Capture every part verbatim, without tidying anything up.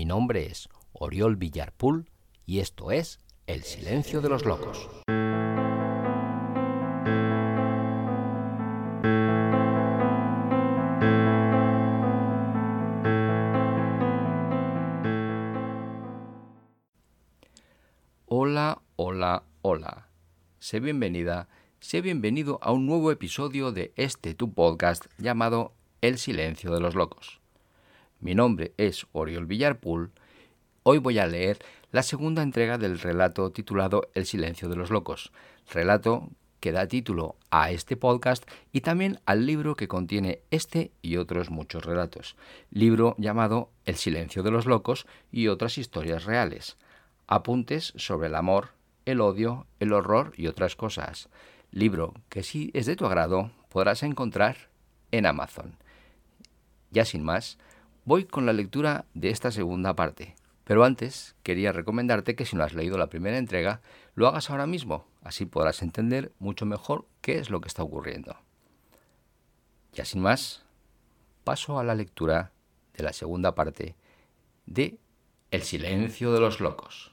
Mi nombre es Oriol Villarpool y esto es El Silencio de los Locos. Hola, hola, hola. Sé bienvenida, sé bienvenido a un nuevo episodio de este tu podcast llamado El Silencio de los Locos. Mi nombre es Oriol Villarpool. Hoy voy a leer la segunda entrega del relato titulado El Silencio de los Locos, relato que da título a este podcast y también al libro que contiene este y otros muchos relatos, libro llamado El Silencio de los Locos y otras historias reales, apuntes sobre el amor, el odio, el horror y otras cosas, libro que si es de tu agrado podrás encontrar en Amazon. Ya sin más, voy con la lectura de esta segunda parte. Pero antes, quería recomendarte que si no has leído la primera entrega, lo hagas ahora mismo. Así podrás entender mucho mejor qué es lo que está ocurriendo. Ya sin más, paso a la lectura de la segunda parte de El Silencio de los Locos.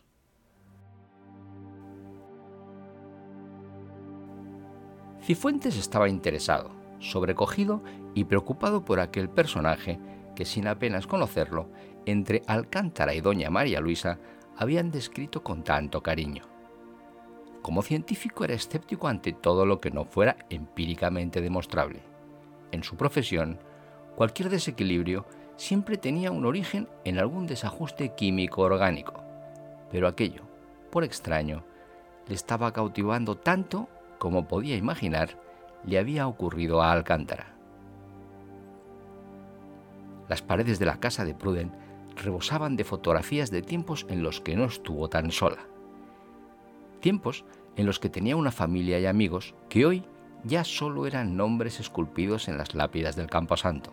Cifuentes estaba interesado, sobrecogido y preocupado por aquel personaje que, sin apenas conocerlo, entre Alcántara y doña María Luisa habían descrito con tanto cariño. Como científico era escéptico ante todo lo que no fuera empíricamente demostrable. En su profesión, cualquier desequilibrio siempre tenía un origen en algún desajuste químico orgánico, pero aquello, por extraño, le estaba cautivando tanto como podía imaginar le había ocurrido a Alcántara. Las paredes de la casa de Pruden rebosaban de fotografías de tiempos en los que no estuvo tan sola. Tiempos en los que tenía una familia y amigos que hoy ya solo eran nombres esculpidos en las lápidas del camposanto.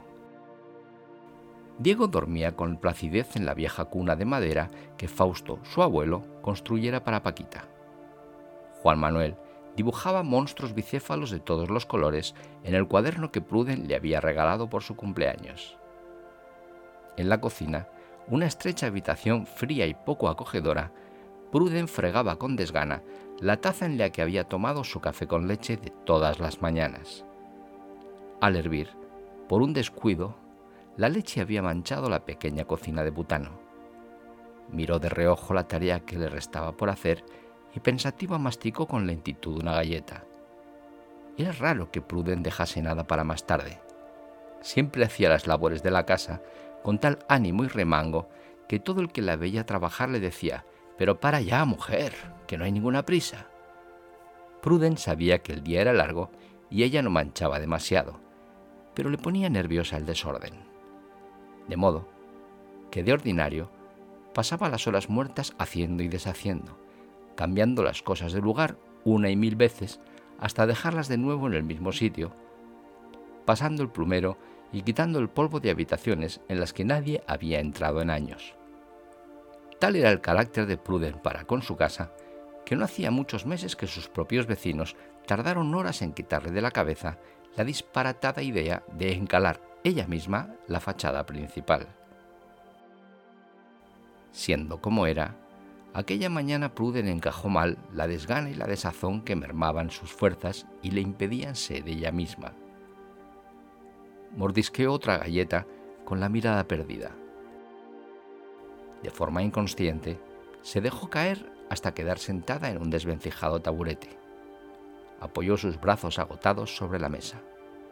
Diego dormía con placidez en la vieja cuna de madera que Fausto, su abuelo, construyera para Paquita. Juan Manuel dibujaba monstruos bicéfalos de todos los colores en el cuaderno que Pruden le había regalado por su cumpleaños. En la cocina, una estrecha habitación fría y poco acogedora, Pruden fregaba con desgana la taza en la que había tomado su café con leche de todas las mañanas. Al hervir, por un descuido, la leche había manchado la pequeña cocina de butano. Miró de reojo la tarea que le restaba por hacer y pensativa masticó con lentitud una galleta. Era raro que Pruden dejase nada para más tarde. Siempre hacía las labores de la casa con tal ánimo y remango que todo el que la veía trabajar le decía: «Pero para ya, mujer, que no hay ninguna prisa». Pruden sabía que el día era largo y ella no manchaba demasiado, pero le ponía nerviosa el desorden. De modo que, de ordinario, pasaba las horas muertas haciendo y deshaciendo, cambiando las cosas de lugar una y mil veces hasta dejarlas de nuevo en el mismo sitio, pasando el plumero y quitando el polvo de habitaciones en las que nadie había entrado en años. Tal era el carácter de Pruden para con su casa, que no hacía muchos meses que sus propios vecinos tardaron horas en quitarle de la cabeza la disparatada idea de encalar ella misma la fachada principal. Siendo como era, aquella mañana Pruden encajó mal la desgana y la desazón que mermaban sus fuerzas y le impedían ser ella misma. Mordisqueó otra galleta con la mirada perdida. De forma inconsciente, se dejó caer hasta quedar sentada en un desvencijado taburete. Apoyó sus brazos agotados sobre la mesa.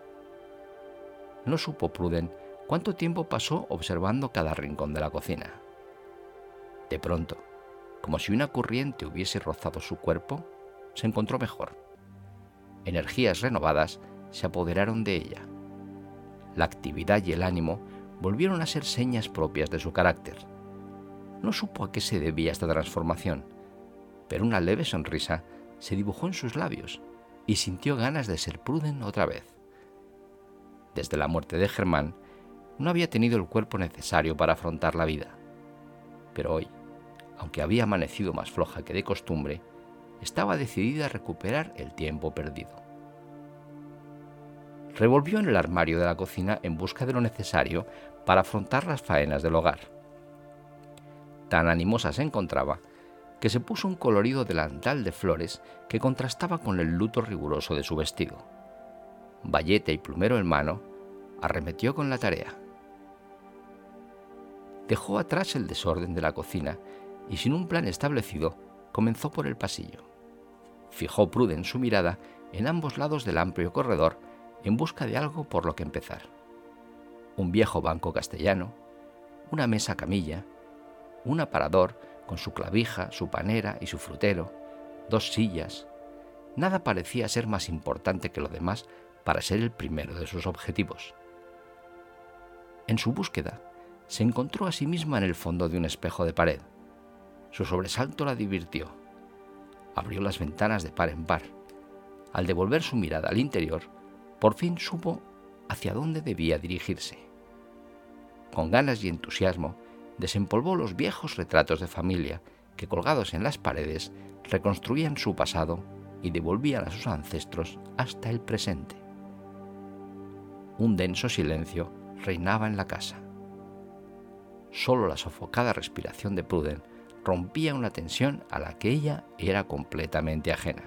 No supo Pruden cuánto tiempo pasó observando cada rincón de la cocina. De pronto, como si una corriente hubiese rozado su cuerpo, se encontró mejor. Energías renovadas se apoderaron de ella. La actividad y el ánimo volvieron a ser señas propias de su carácter. No supo a qué se debía esta transformación, pero una leve sonrisa se dibujó en sus labios y sintió ganas de ser Pruden otra vez. Desde la muerte de Germán, no había tenido el cuerpo necesario para afrontar la vida. Pero hoy, aunque había amanecido más floja que de costumbre, estaba decidida a recuperar el tiempo perdido. Revolvió en el armario de la cocina en busca de lo necesario para afrontar las faenas del hogar. Tan animosa se encontraba que se puso un colorido delantal de flores que contrastaba con el luto riguroso de su vestido. Bayeta y plumero en mano, arremetió con la tarea. Dejó atrás el desorden de la cocina y, sin un plan establecido, comenzó por el pasillo. Fijó Prudence su mirada en ambos lados del amplio corredor en busca de algo por lo que empezar. Un viejo banco castellano, una mesa camilla, un aparador con su clavija, su panera y su frutero, dos sillas. Nada parecía ser más importante que lo demás para ser el primero de sus objetivos. En su búsqueda, se encontró a sí misma en el fondo de un espejo de pared. Su sobresalto la divirtió. Abrió las ventanas de par en par. Al devolver su mirada al interior, por fin supo hacia dónde debía dirigirse. Con ganas y entusiasmo, desempolvó los viejos retratos de familia que, colgados en las paredes, reconstruían su pasado y devolvían a sus ancestros hasta el presente. Un denso silencio reinaba en la casa. Solo la sofocada respiración de Prudence rompía una tensión a la que ella era completamente ajena.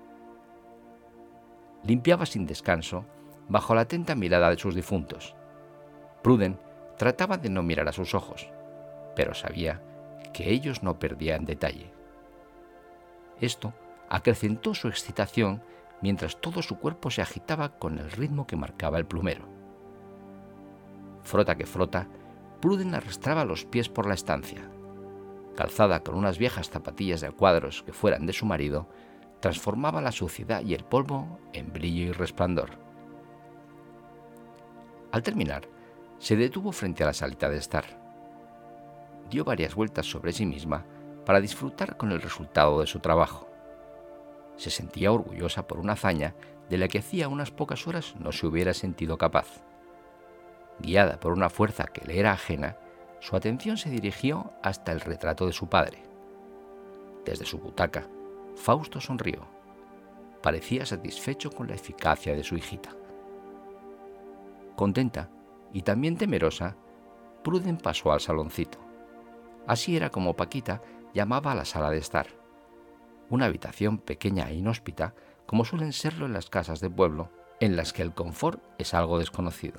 Limpiaba sin descanso bajo la atenta mirada de sus difuntos. Prudence trataba de no mirar a sus ojos, pero sabía que ellos no perdían detalle. Esto acrecentó su excitación mientras todo su cuerpo se agitaba con el ritmo que marcaba el plumero. Frota que frota, Prudence arrastraba los pies por la estancia. Calzada con unas viejas zapatillas de cuadros que fueran de su marido, transformaba la suciedad y el polvo en brillo y resplandor. Al terminar, se detuvo frente a la salita de estar. Dio varias vueltas sobre sí misma para disfrutar con el resultado de su trabajo. Se sentía orgullosa por una hazaña de la que hacía unas pocas horas no se hubiera sentido capaz. Guiada por una fuerza que le era ajena, su atención se dirigió hasta el retrato de su padre. Desde su butaca, Fausto sonrió. Parecía satisfecho con la eficacia de su hijita. Contenta y también temerosa, Prudence pasó al saloncito. Así era como Paquita llamaba a la sala de estar. Una habitación pequeña e inhóspita, como suelen serlo en las casas de pueblo, en las que el confort es algo desconocido.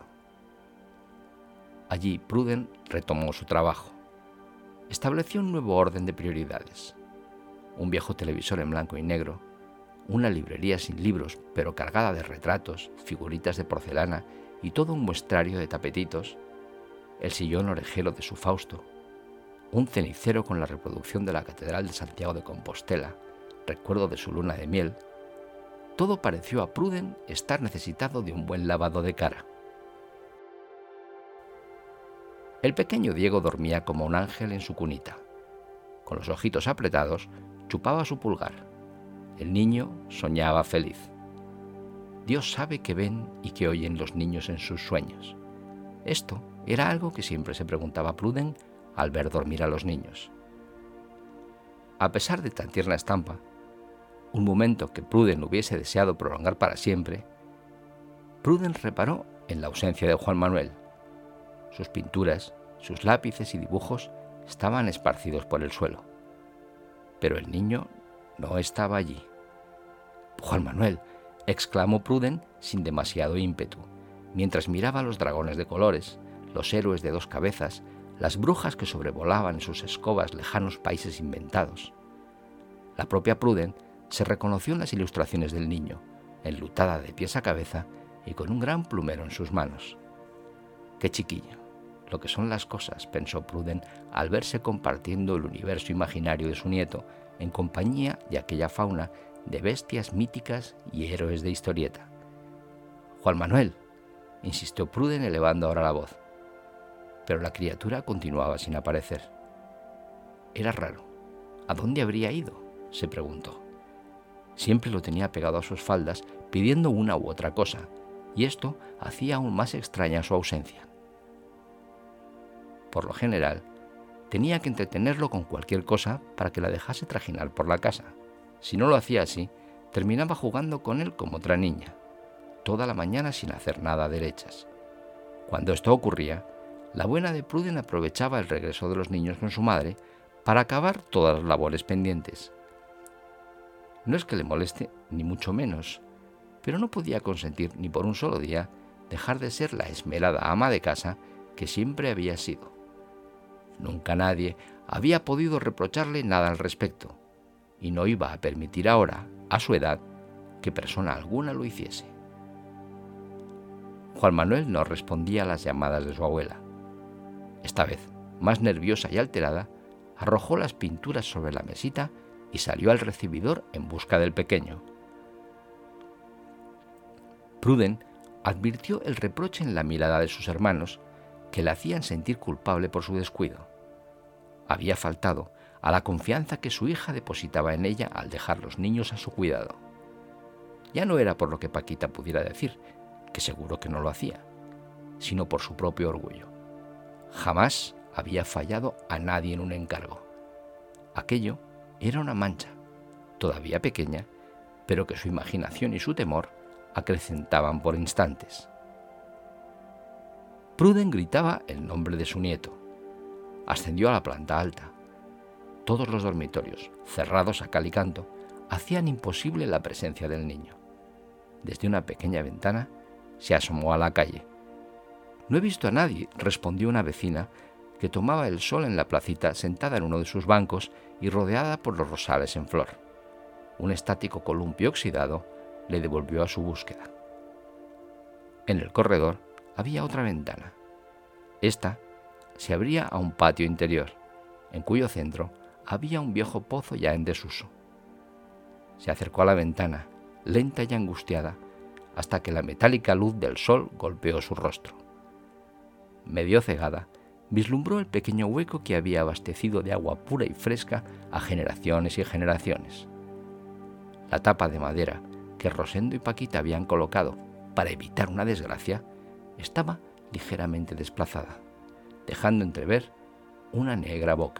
Allí Prudence retomó su trabajo. Estableció un nuevo orden de prioridades. Un viejo televisor en blanco y negro, una librería sin libros pero cargada de retratos, figuritas de porcelana y todo un muestrario de tapetitos, el sillón orejero de su Fausto, un cenicero con la reproducción de la Catedral de Santiago de Compostela, recuerdo de su luna de miel. Todo pareció a Prudence estar necesitado de un buen lavado de cara. El pequeño Diego dormía como un ángel en su cunita. Con los ojitos apretados, chupaba su pulgar. El niño soñaba feliz. Dios sabe qué ven y qué oyen los niños en sus sueños. Esto era algo que siempre se preguntaba Prudence al ver dormir a los niños. A pesar de tan tierna estampa, un momento que Prudence hubiese deseado prolongar para siempre, Prudence reparó en la ausencia de Juan Manuel. Sus pinturas, sus lápices y dibujos estaban esparcidos por el suelo. Pero el niño no estaba allí. «Juan Manuel», exclamó Prudence sin demasiado ímpetu, mientras miraba los dragones de colores, los héroes de dos cabezas, las brujas que sobrevolaban en sus escobas lejanos países inventados. La propia Prudence se reconoció en las ilustraciones del niño, enlutada de pies a cabeza y con un gran plumero en sus manos. «Qué chiquillo, lo que son las cosas», pensó Prudence al verse compartiendo el universo imaginario de su nieto en compañía de aquella fauna de bestias míticas y héroes de historieta. «Juan Manuel», insistió Prudence elevando ahora la voz. Pero la criatura continuaba sin aparecer. Era raro. ¿A dónde habría ido?, se preguntó. Siempre lo tenía pegado a sus faldas pidiendo una u otra cosa, y esto hacía aún más extraña su ausencia. Por lo general, tenía que entretenerlo con cualquier cosa para que la dejase trajinar por la casa. Si no lo hacía así, terminaba jugando con él como otra niña, toda la mañana sin hacer nada a derechas. Cuando esto ocurría, la buena de Prudence aprovechaba el regreso de los niños con su madre para acabar todas las labores pendientes. No es que le moleste, ni mucho menos, pero no podía consentir ni por un solo día dejar de ser la esmerada ama de casa que siempre había sido. Nunca nadie había podido reprocharle nada al respecto, y no iba a permitir ahora, a su edad, que persona alguna lo hiciese. Juan Manuel no respondía a las llamadas de su abuela. Esta vez, más nerviosa y alterada, arrojó las pinturas sobre la mesita y salió al recibidor en busca del pequeño. Pruden advirtió el reproche en la mirada de sus hermanos, que le hacían sentir culpable por su descuido. Había faltado a la confianza que su hija depositaba en ella al dejar los niños a su cuidado. Ya no era por lo que Paquita pudiera decir, que seguro que no lo hacía, sino por su propio orgullo. Jamás había fallado a nadie en un encargo. Aquello era una mancha, todavía pequeña, pero que su imaginación y su temor acrecentaban por instantes. Pruden gritaba el nombre de su nieto. Ascendió a la planta alta. Todos los dormitorios, cerrados a cal y canto, hacían imposible la presencia del niño. Desde una pequeña ventana se asomó a la calle. «No he visto a nadie», respondió una vecina que tomaba el sol en la placita sentada en uno de sus bancos y rodeada por los rosales en flor. Un estático columpio oxidado le devolvió a su búsqueda. En el corredor había otra ventana. Esta se abría a un patio interior, en cuyo centro había un viejo pozo ya en desuso. Se acercó a la ventana, lenta y angustiada, hasta que la metálica luz del sol golpeó su rostro. Medio cegada, vislumbró el pequeño hueco que había abastecido de agua pura y fresca a generaciones y generaciones. La tapa de madera que Rosendo y Paquita habían colocado para evitar una desgracia estaba ligeramente desplazada, dejando entrever una negra boca.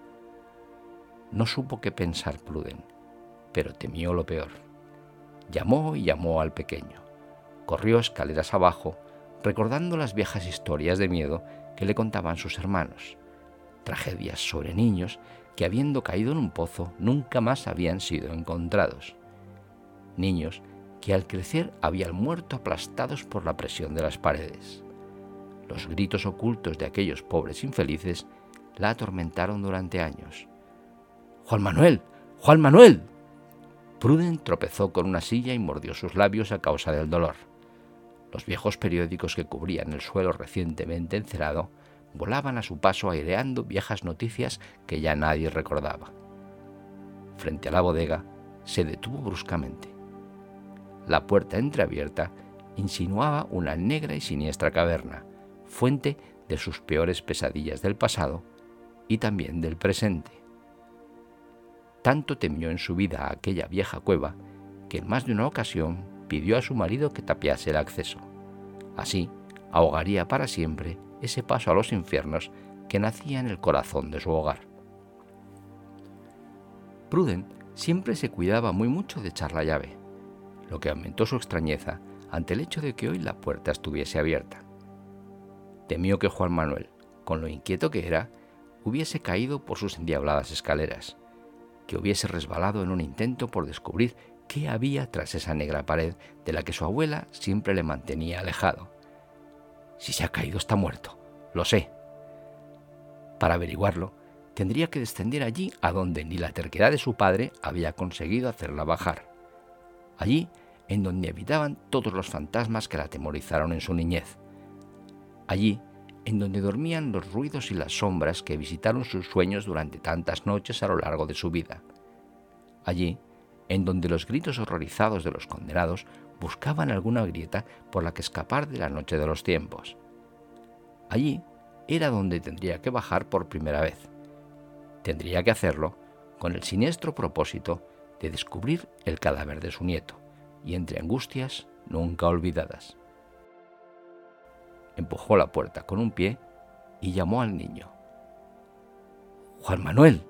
No supo qué pensar Pruden, pero temió lo peor. Llamó y llamó al pequeño. Corrió escaleras abajo, recordando las viejas historias de miedo que le contaban sus hermanos, tragedias sobre niños que, habiendo caído en un pozo, nunca más habían sido encontrados. Niños que al crecer habían muerto aplastados por la presión de las paredes. Los gritos ocultos de aquellos pobres infelices la atormentaron durante años. «¡Juan Manuel! ¡Juan Manuel!». Pruden tropezó con una silla y mordió sus labios a causa del dolor. Los viejos periódicos que cubrían el suelo recientemente encerado volaban a su paso aireando viejas noticias que ya nadie recordaba. Frente a la bodega se detuvo bruscamente. La puerta entreabierta insinuaba una negra y siniestra caverna, fuente de sus peores pesadillas del pasado y también del presente. Tanto temió en su vida a aquella vieja cueva que en más de una ocasión pidió a su marido que tapiase el acceso. Así ahogaría para siempre ese paso a los infiernos que nacía en el corazón de su hogar. Pruden siempre se cuidaba muy mucho de echar la llave, lo que aumentó su extrañeza ante el hecho de que hoy la puerta estuviese abierta. Temió que Juan Manuel, con lo inquieto que era, hubiese caído por sus endiabladas escaleras, que hubiese resbalado en un intento por descubrir qué había tras esa negra pared de la que su abuela siempre le mantenía alejado. Si se ha caído está muerto, lo sé. Para averiguarlo, tendría que descender allí a donde ni la terquedad de su padre había conseguido hacerla bajar. Allí en donde habitaban todos los fantasmas que la atemorizaron en su niñez. Allí en donde dormían los ruidos y las sombras que visitaron sus sueños durante tantas noches a lo largo de su vida. Allí en donde los gritos horrorizados de los condenados buscaban alguna grieta por la que escapar de la noche de los tiempos. Allí era donde tendría que bajar por primera vez. Tendría que hacerlo con el siniestro propósito de descubrir el cadáver de su nieto, y entre angustias nunca olvidadas. Empujó la puerta con un pie y llamó al niño. «¡Juan Manuel!».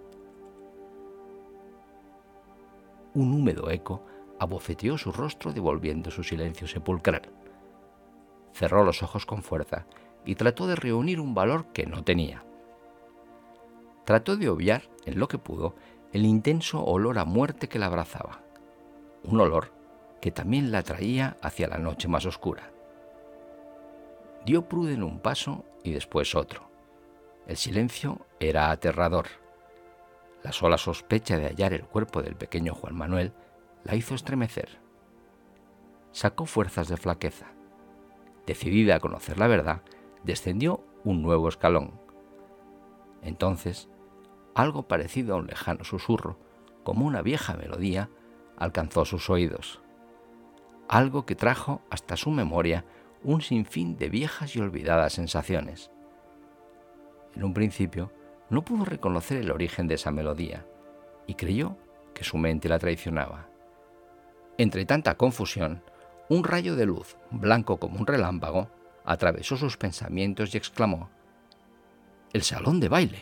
Un húmedo eco abofeteó su rostro devolviendo su silencio sepulcral. Cerró los ojos con fuerza y trató de reunir un valor que no tenía. Trató de obviar en lo que pudo, el intenso olor a muerte que la abrazaba. Un olor que también la traía hacia la noche más oscura. Dio Pruden un paso y después otro. El silencio era aterrador. La sola sospecha de hallar el cuerpo del pequeño Juan Manuel la hizo estremecer. Sacó fuerzas de flaqueza. Decidida a conocer la verdad, descendió un nuevo escalón. Entonces, algo parecido a un lejano susurro, como una vieja melodía, alcanzó sus oídos. Algo que trajo hasta su memoria un sinfín de viejas y olvidadas sensaciones. En un principio, no pudo reconocer el origen de esa melodía y creyó que su mente la traicionaba. Entre tanta confusión, un rayo de luz, blanco como un relámpago, atravesó sus pensamientos y exclamó: «¡El salón de baile!».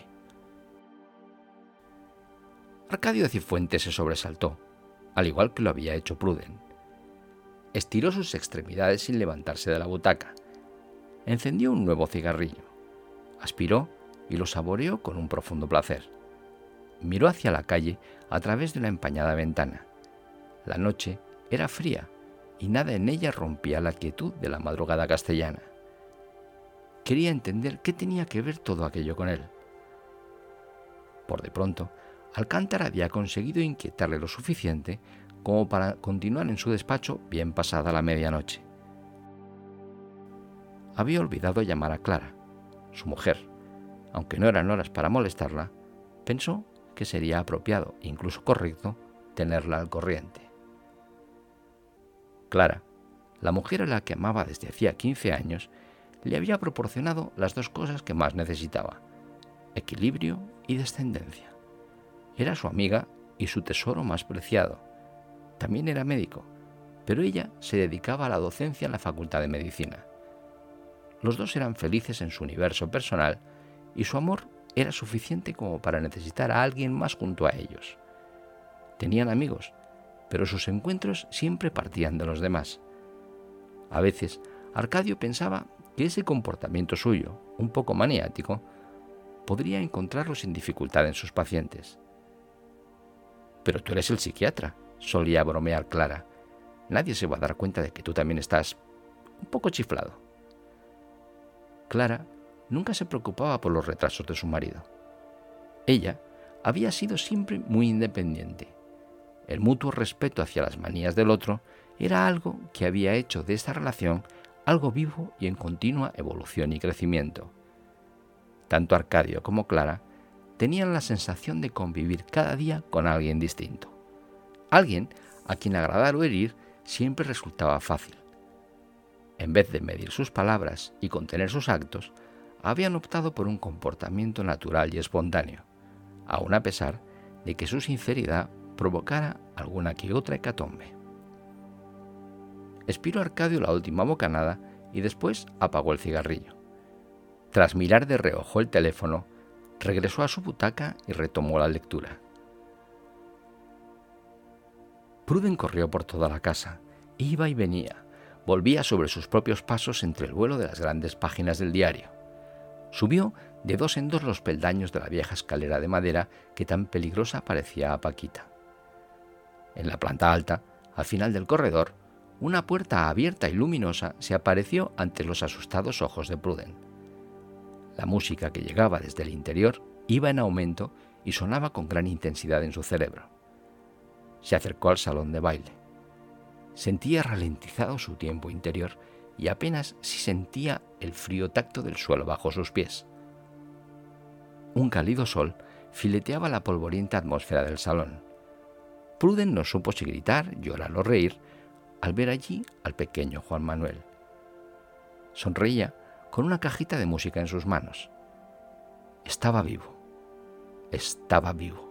Arcadio de Cifuentes se sobresaltó, al igual que lo había hecho Pruden. Estiró sus extremidades sin levantarse de la butaca. Encendió un nuevo cigarrillo. Aspiró y lo saboreó con un profundo placer. Miró hacia la calle a través de la empañada ventana. La noche era fría y nada en ella rompía la quietud de la madrugada castellana. Quería entender qué tenía que ver todo aquello con él. Por de pronto, Alcántara había conseguido inquietarle lo suficiente como para continuar en su despacho bien pasada la medianoche. Había olvidado llamar a Clara, su mujer. Aunque no eran horas para molestarla, pensó que sería apropiado e incluso correcto tenerla al corriente. Clara, la mujer a la que amaba desde hacía quince años, le había proporcionado las dos cosas que más necesitaba: equilibrio y descendencia. Era su amiga y su tesoro más preciado. También era médico, pero ella se dedicaba a la docencia en la Facultad de Medicina. Los dos eran felices en su universo personal y su amor era suficiente como para necesitar a alguien más junto a ellos. Tenían amigos, pero sus encuentros siempre partían de los demás. A veces, Arcadio pensaba que ese comportamiento suyo, un poco maniático, podría encontrarlo sin dificultad en sus pacientes. «Pero tú eres el psiquiatra», solía bromear Clara. «Nadie se va a dar cuenta de que tú también estás un poco chiflado». Clara nunca se preocupaba por los retrasos de su marido. Ella había sido siempre muy independiente. El mutuo respeto hacia las manías del otro era algo que había hecho de esta relación algo vivo y en continua evolución y crecimiento. Tanto Arcadio como Clara tenían la sensación de convivir cada día con alguien distinto. Alguien a quien agradar o herir siempre resultaba fácil. En vez de medir sus palabras y contener sus actos, habían optado por un comportamiento natural y espontáneo, aun a pesar de que su sinceridad provocara alguna que otra hecatombe. Expiró Arcadio la última bocanada y después apagó el cigarrillo. Tras mirar de reojo el teléfono, regresó a su butaca y retomó la lectura. Pruden corrió por toda la casa, iba y venía, volvía sobre sus propios pasos entre el vuelo de las grandes páginas del diario. Subió de dos en dos los peldaños de la vieja escalera de madera que tan peligrosa parecía a Paquita. En la planta alta, al final del corredor, una puerta abierta y luminosa se apareció ante los asustados ojos de Pruden. La música que llegaba desde el interior iba en aumento y sonaba con gran intensidad en su cerebro. Se acercó al salón de baile. Sentía ralentizado su tiempo interior y apenas si sentía el frío tacto del suelo bajo sus pies. Un cálido sol fileteaba la polvorienta atmósfera del salón. Pruden no supo si gritar, llorar o reír al ver allí al pequeño Juan Manuel. Sonreía con una cajita de música en sus manos. Estaba vivo. Estaba vivo.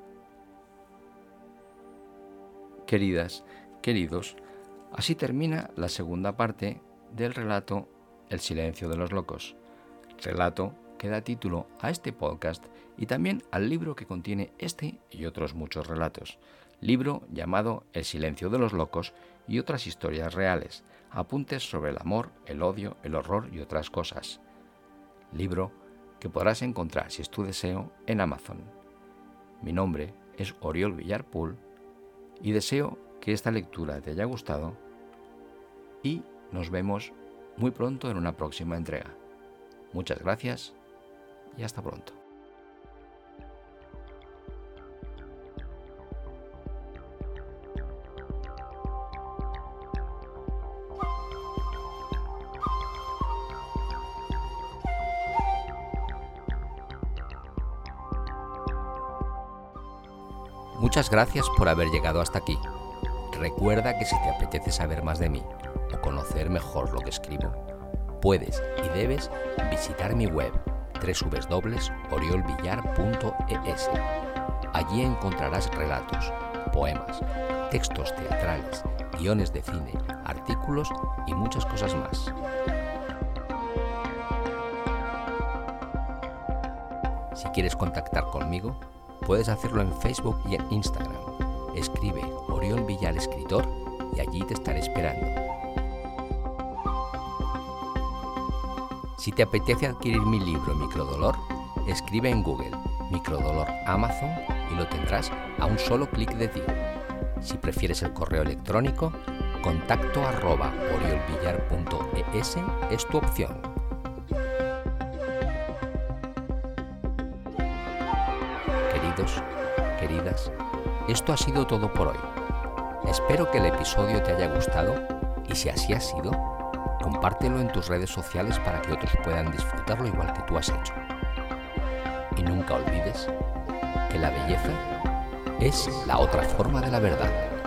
Queridas, queridos, así termina la segunda parte del relato El silencio de los locos, relato que da título a este podcast y también al libro que contiene este y otros muchos relatos, libro llamado El silencio de los locos y otras historias reales, apuntes sobre el amor, el odio, el horror y otras cosas, libro que podrás encontrar, si es tu deseo, en Amazon. Mi nombre es Oriol Villarpool y deseo que esta lectura te haya gustado y nos vemos muy pronto en una próxima entrega. Muchas gracias y hasta pronto. Muchas gracias por haber llegado hasta aquí. Recuerda que si te apetece saber más de mí o conocer mejor lo que escribo, puedes y debes visitar mi web doble u doble u doble u punto oriol villar punto e s. Allí encontrarás relatos, poemas, textos teatrales, guiones de cine, artículos y muchas cosas más. Si quieres contactar conmigo, puedes hacerlo en Facebook y en Instagram. Escribe Oriol Villar Escritor y allí te estaré esperando. Si te apetece adquirir mi libro Microdolor, escribe en Google Microdolor Amazon y lo tendrás a un solo clic de ti. Si prefieres el correo electrónico, contacto arroba oriolvillar punto e s es tu opción. Queridos, queridas, esto ha sido todo por hoy. Espero que el episodio te haya gustado y si así ha sido, compártelo en tus redes sociales para que otros puedan disfrutarlo igual que tú has hecho. Y nunca olvides que la belleza es la otra forma de la verdad.